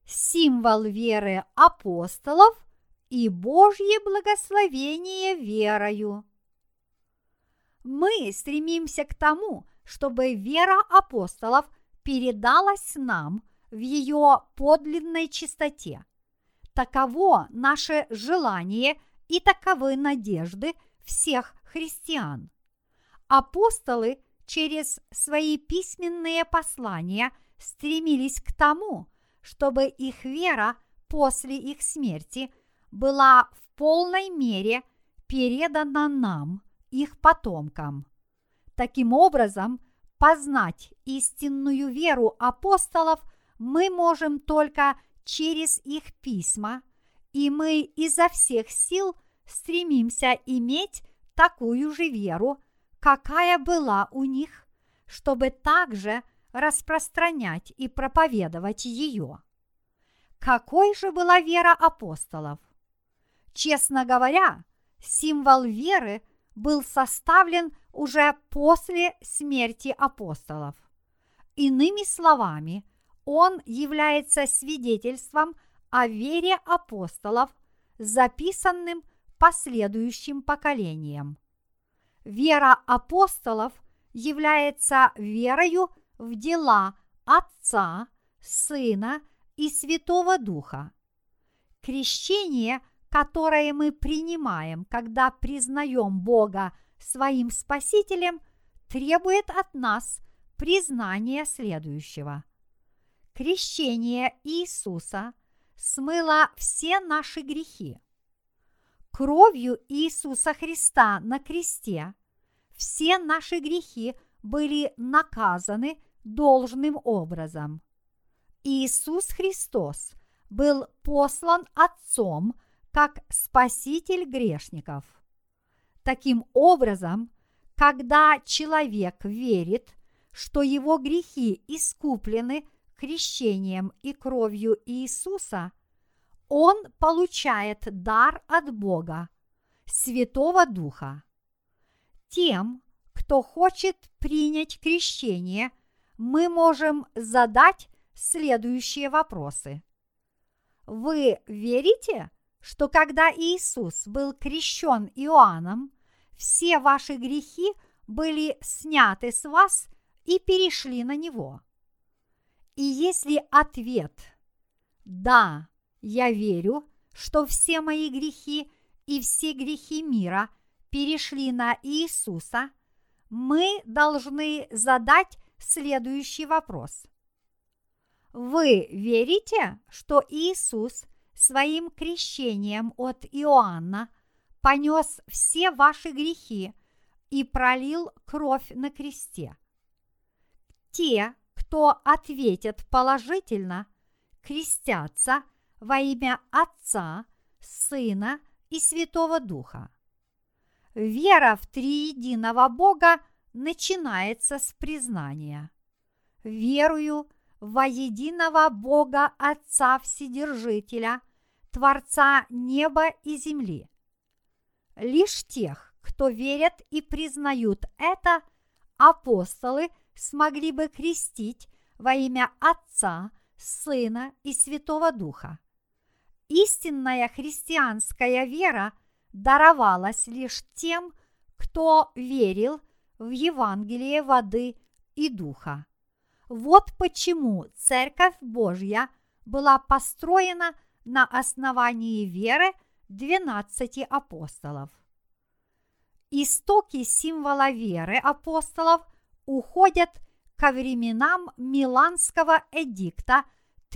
символ веры апостолов и Божье благословение верою. Мы стремимся к тому, чтобы вера апостолов передалась нам в ее подлинной чистоте. Таково наше желание и таковы надежды всех христиан. Апостолы через свои письменные послания стремились к тому, чтобы их вера после их смерти была в полной мере передана нам, их потомкам. Таким образом, познать истинную веру апостолов мы можем только через их письма, и мы изо всех сил стремимся иметь такую же веру, какая была у них, чтобы также распространять и проповедовать ее. Какой же была вера апостолов? Честно говоря, символ веры был составлен уже после смерти апостолов. Иными словами, он является свидетельством о вере апостолов, записанным последующим поколениям. Вера апостолов является верою в дела Отца, Сына и Святого Духа. Крещение, которое мы принимаем, когда признаем Бога своим Спасителем, требует от нас признания следующего. Крещение Иисуса смыло все наши грехи. Кровью Иисуса Христа на кресте все наши грехи были наказаны должным образом. Иисус Христос был послан Отцом как Спаситель грешников. Таким образом, когда человек верит, что его грехи искуплены крещением и кровью Иисуса, он получает дар от Бога, Святого Духа. Тем, кто хочет принять крещение, мы можем задать следующие вопросы. Вы верите, что когда Иисус был крещен Иоанном, все ваши грехи были сняты с вас и перешли на Него? И если ответ «Да, я верю, что все мои грехи и все грехи мира перешли на Иисуса», мы должны задать следующий вопрос. Вы верите, что Иисус своим крещением от Иоанна понес все ваши грехи и пролил кровь на кресте? Те, кто ответят положительно, крестятся во имя Отца, Сына и Святого Духа. Вера в триединого Бога начинается с признания. Верую во единого Бога Отца Вседержителя, Творца неба и земли. Лишь тех, кто верят и признают это, апостолы смогли бы крестить во имя Отца, Сына и Святого Духа. Истинная христианская вера даровалась лишь тем, кто верил в Евангелие воды и духа. Вот почему Церковь Божья была построена на основании веры 12 апостолов. Истоки символа веры апостолов уходят ко временам Миланского эдикта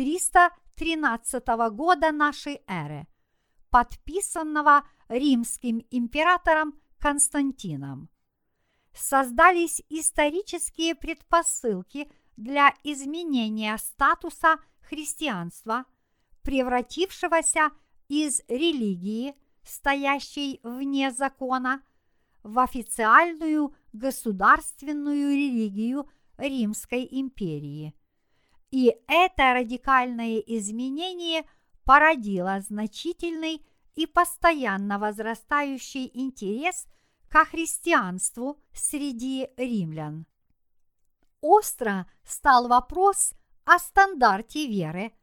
313 года нашей эры, подписанного римским императором Константином. Создались исторические предпосылки для изменения статуса христианства, превратившегося из религии, стоящей вне закона, в официальную государственную религию Римской империи. И это радикальное изменение породило значительный и постоянно возрастающий интерес ко христианству среди римлян. Остро стал вопрос о стандарте веры,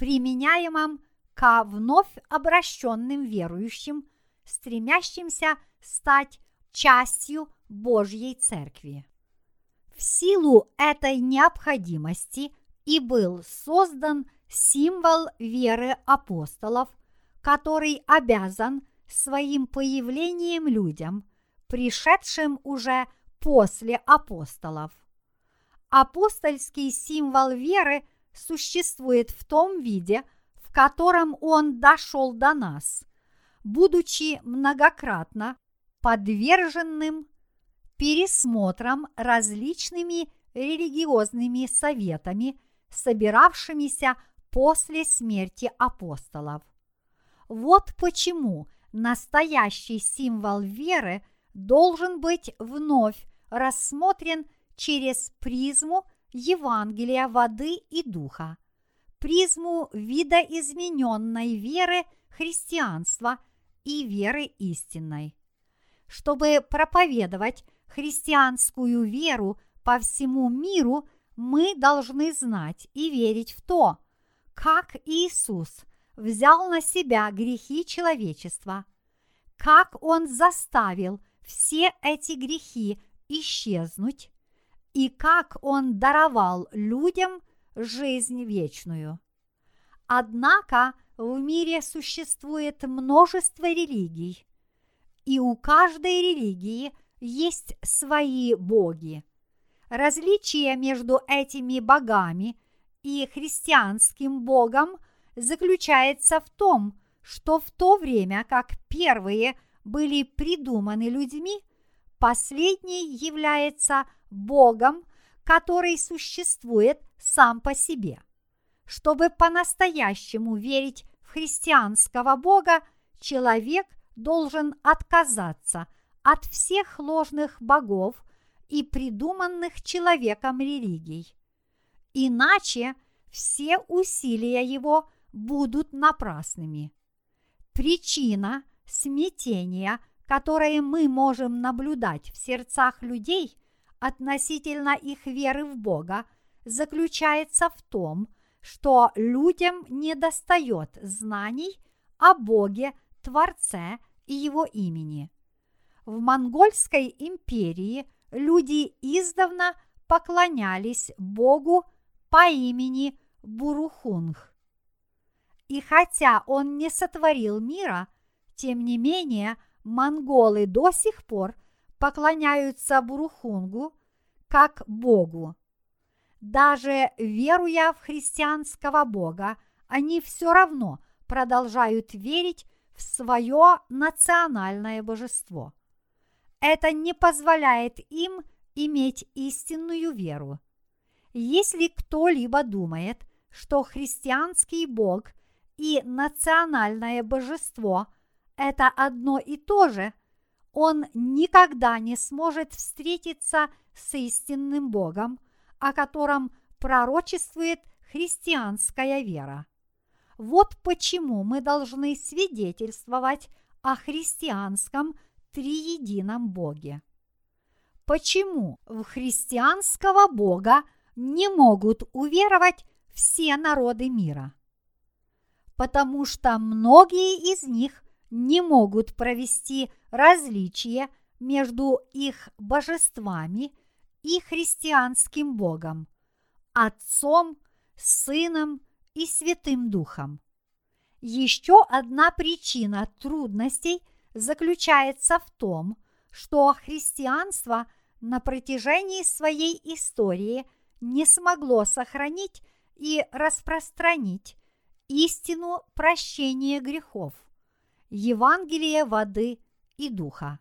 применяемом ко вновь обращенным верующим, стремящимся стать частью Божьей Церкви. В силу этой необходимости и был создан символ веры апостолов, который обязан своим появлением людям, пришедшим уже после апостолов. Апостольский символ веры существует в том виде, в котором он дошел до нас, будучи многократно подверженным пересмотрам различными религиозными советами, собиравшимися после смерти апостолов. Вот почему настоящий символ веры должен быть вновь рассмотрен через призму Евангелия воды и духа, призму видоизмененной веры христианства и веры истинной. Чтобы проповедовать христианскую веру по всему миру, мы должны знать и верить в то, как Иисус взял на себя грехи человечества, как Он заставил все эти грехи исчезнуть и как Он даровал людям жизнь вечную. Однако в мире существует множество религий, и у каждой религии есть свои боги. Различие между этими богами и христианским богом заключается в том, что в то время как первые были придуманы людьми, последний является богом, который существует сам по себе. Чтобы по-настоящему верить в христианского бога, человек должен отказаться от всех ложных богов и придуманных человеком религий. Иначе все усилия его будут напрасными. Причина смятения, которое мы можем наблюдать в сердцах людей относительно их веры в Бога, заключается в том, что людям недостает знаний о Боге, Творце и Его имени. В Монгольской империи люди издавна поклонялись Богу по имени Бурухунг. И хотя он не сотворил мира, тем не менее монголы до сих пор поклоняются Бурухунгу как Богу. Даже веруя в христианского Бога, они все равно продолжают верить в свое национальное божество. Это не позволяет им иметь истинную веру. Если кто-либо думает, что христианский Бог и национальное божество – это одно и то же, он никогда не сможет встретиться с истинным Богом, о котором пророчествует христианская вера. Вот почему мы должны свидетельствовать о христианском триедином Боге. Почему в христианского Бога не могут уверовать все народы мира? Потому что многие из них не могут провести различие между их божествами и христианским Богом, Отцом, Сыном и Святым Духом. Еще одна причина трудностей заключается в том, что христианство на протяжении своей истории не смогло сохранить и распространить истину прощения грехов, Евангелие воды и духа.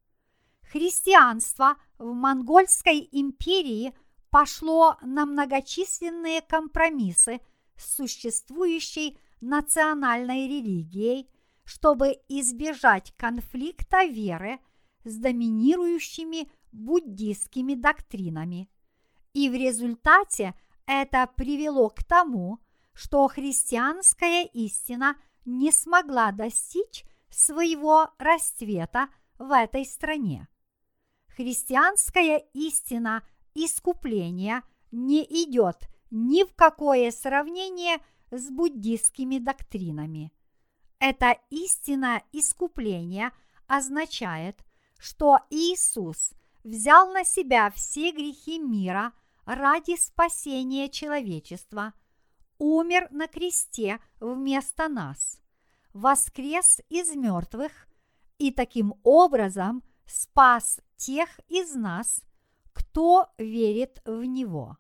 Христианство в Монгольской империи пошло на многочисленные компромиссы с существующей национальной религией, чтобы избежать конфликта веры с доминирующими буддистскими доктринами. И в результате это привело к тому, что христианская истина не смогла достичь своего расцвета в этой стране. Христианская истина искупления не идет ни в какое сравнение с буддистскими доктринами. Эта истина искупления означает, что Иисус взял на себя все грехи мира ради спасения человечества, умер на кресте вместо нас, воскрес из мертвых и таким образом спас тех из нас, кто верит в Него.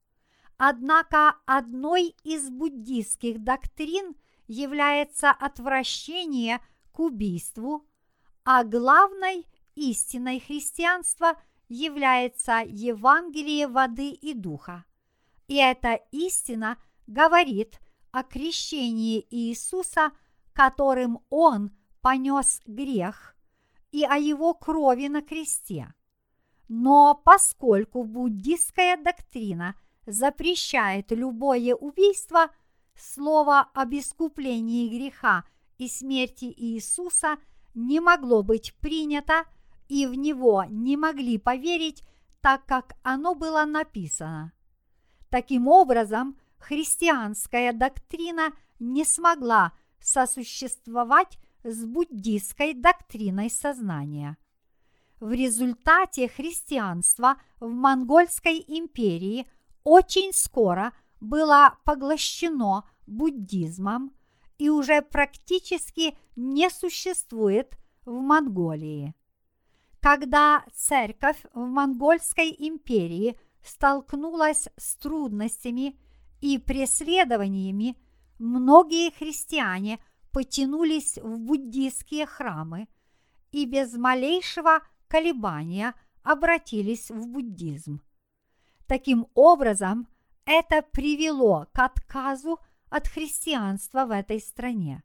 Однако одной из буддистских доктрин является отвращение к убийству, а главной истиной христианства является Евангелие воды и духа. И эта истина говорит о крещении Иисуса, которым Он понес грех, и о Его крови на кресте. Но поскольку буддистская доктрина запрещает любое убийство, слово об искуплении греха и смерти Иисуса не могло быть принято, и в него не могли поверить, так как оно было написано. Таким образом, христианская доктрина не смогла сосуществовать с буддистской доктриной сознания. В результате христианство в Монгольской империи очень скоро было поглощено буддизмом и уже практически не существует в Монголии. Когда церковь в Монгольской империи столкнулась с трудностями и преследованиями, многие христиане потянулись в буддистские храмы и без малейшего колебания обратились в буддизм. Таким образом, это привело к отказу от христианства в этой стране.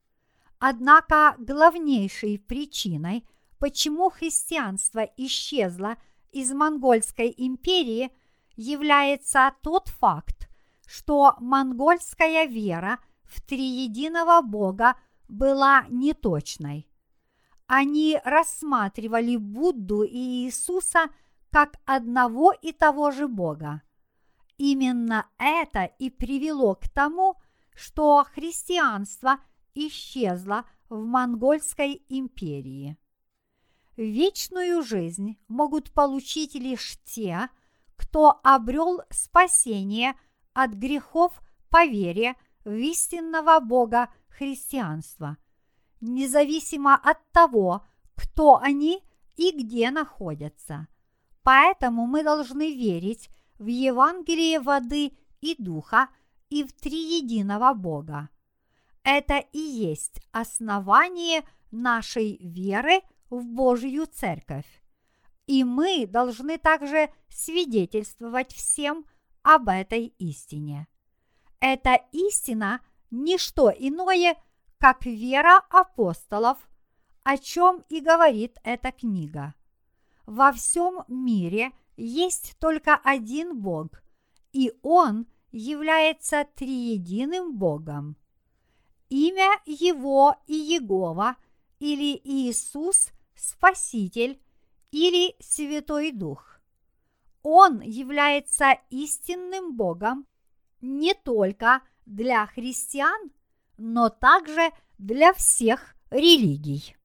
Однако главнейшей причиной, почему христианство исчезло из Монгольской империи, является тот факт, что монгольская вера в триединого Бога была неточной. Они рассматривали Будду и Иисуса как одного и того же Бога. Именно это и привело к тому, что христианство исчезло в Монгольской империи. Вечную жизнь могут получить лишь те, кто обрел спасение от грехов по вере в истинного Бога христианства, независимо от того, кто они и где находятся. Поэтому мы должны верить в Евангелие воды и духа и в триединого Бога. Это и есть основание нашей веры в Божью Церковь. И мы должны также свидетельствовать всем об этой истине. Эта истина – не что иное, как вера апостолов, о чем и говорит эта книга. Во всем мире есть только один Бог, и Он является триединым Богом. Имя Его Иегова или Иисус Спаситель или Святой Дух. Он является истинным Богом не только для христиан, но также для всех религий.